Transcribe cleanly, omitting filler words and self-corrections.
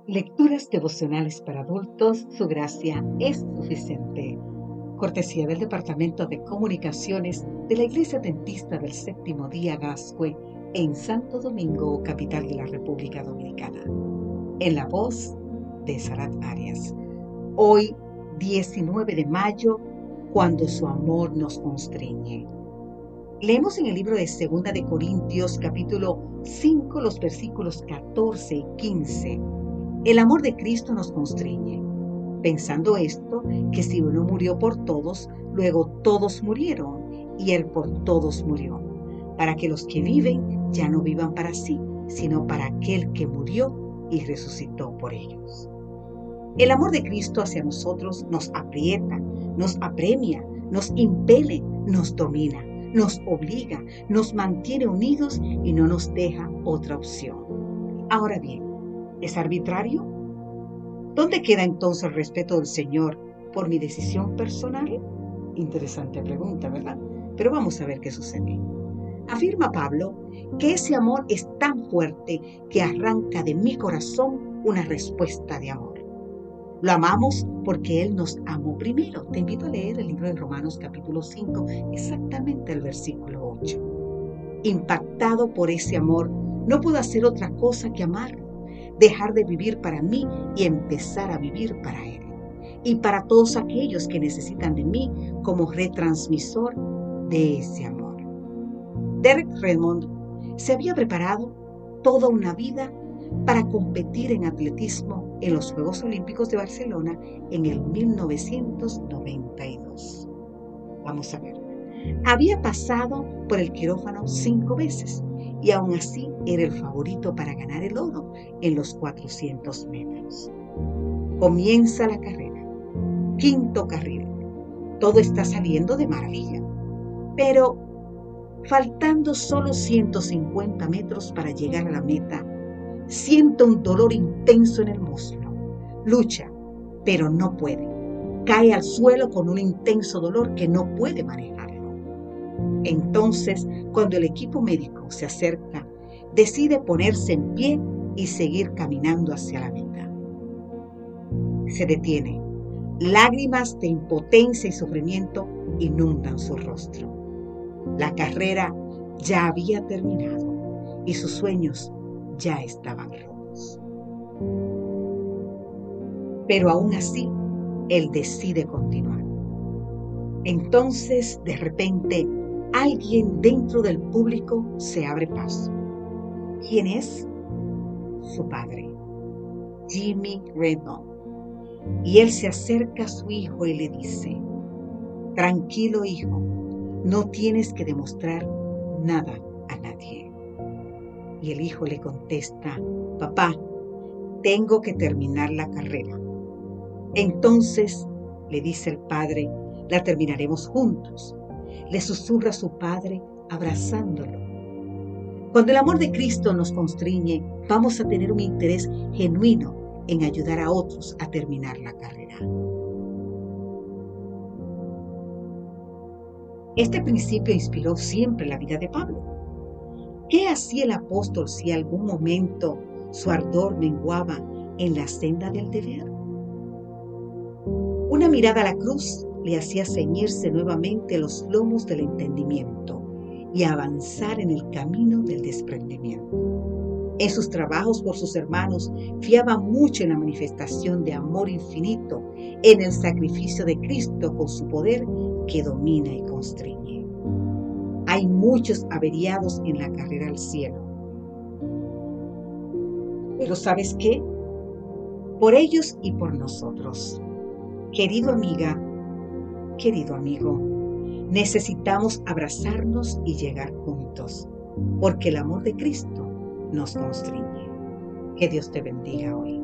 Lecturas devocionales para adultos, su gracia es suficiente. Cortesía del Departamento de Comunicaciones de la Iglesia Adventista del Séptimo Día Gascue en Santo Domingo, capital de la República Dominicana. En la voz de Sarat Arias. Hoy, 19 de mayo, cuando su amor nos constriñe. Leemos en el libro de 2 de Corintios, capítulo 5, los versículos 14 y 15. El amor de Cristo nos constriñe, pensando esto, que si uno murió por todos, luego todos murieron, y Él por todos murió, para que los que viven ya no vivan para sí, sino para aquel que murió y resucitó por ellos. El amor de Cristo hacia nosotros nos aprieta, nos apremia, nos impele, nos domina, nos obliga, nos mantiene unidos y no nos deja otra opción. Ahora bien, ¿es arbitrario? ¿Dónde queda entonces el respeto del Señor por mi decisión personal? Interesante pregunta, ¿verdad? Pero vamos a ver qué sucede. Afirma Pablo que ese amor es tan fuerte que arranca de mi corazón una respuesta de amor. Lo amamos porque Él nos amó primero. Te invito a leer el libro de Romanos capítulo 5, exactamente el versículo 8. Impactado por ese amor, no puedo hacer otra cosa que amar, dejar de vivir para mí y empezar a vivir para Él. Y para todos aquellos que necesitan de mí como retransmisor de ese amor. Derek Redmond se había preparado toda una vida para competir en atletismo en los Juegos Olímpicos de Barcelona en el 1992. Vamos a ver. Había pasado por el quirófano 5 veces y aún así era el favorito para ganar el oro en los 400 metros. Comienza la carrera. 5.º carril. Todo está saliendo de maravilla. Pero faltando solo 150 metros para llegar a la meta, siente un dolor intenso en el muslo. Lucha, pero no puede. Cae al suelo con un intenso dolor que no puede manejarlo. Entonces, cuando el equipo médico se acerca, decide ponerse en pie y seguir caminando hacia la meta. Se detiene. Lágrimas de impotencia y sufrimiento inundan su rostro. La carrera ya había terminado y sus sueños ya estaban rotos. Pero aún así, él decide continuar. Entonces, de repente, alguien dentro del público se abre paso. ¿Quién es? Su padre, Jimmy Redmond. Y él se acerca a su hijo y le dice: tranquilo, hijo, no tienes que demostrar nada a nadie. Y el hijo le contesta: papá, tengo que terminar la carrera. Entonces, le dice el padre, la terminaremos juntos. Le susurra a su padre, abrazándolo. Cuando el amor de Cristo nos constriñe, vamos a tener un interés genuino en ayudar a otros a terminar la carrera. Este principio inspiró siempre la vida de Pablo. ¿Qué hacía el apóstol si en algún momento su ardor menguaba en la senda del deber? Una mirada a la cruz le hacía ceñirse nuevamente los lomos del entendimiento y avanzar en el camino del desprendimiento. En sus trabajos por sus hermanos, fiaba mucho en la manifestación de amor infinito, en el sacrificio de Cristo con su poder que domina y constriñe. Hay muchos averiados en la carrera al cielo. Pero ¿sabes qué? Por ellos y por nosotros. Querido amiga, querido amigo, necesitamos abrazarnos y llegar juntos, porque el amor de Cristo nos constriñe. Que Dios te bendiga hoy.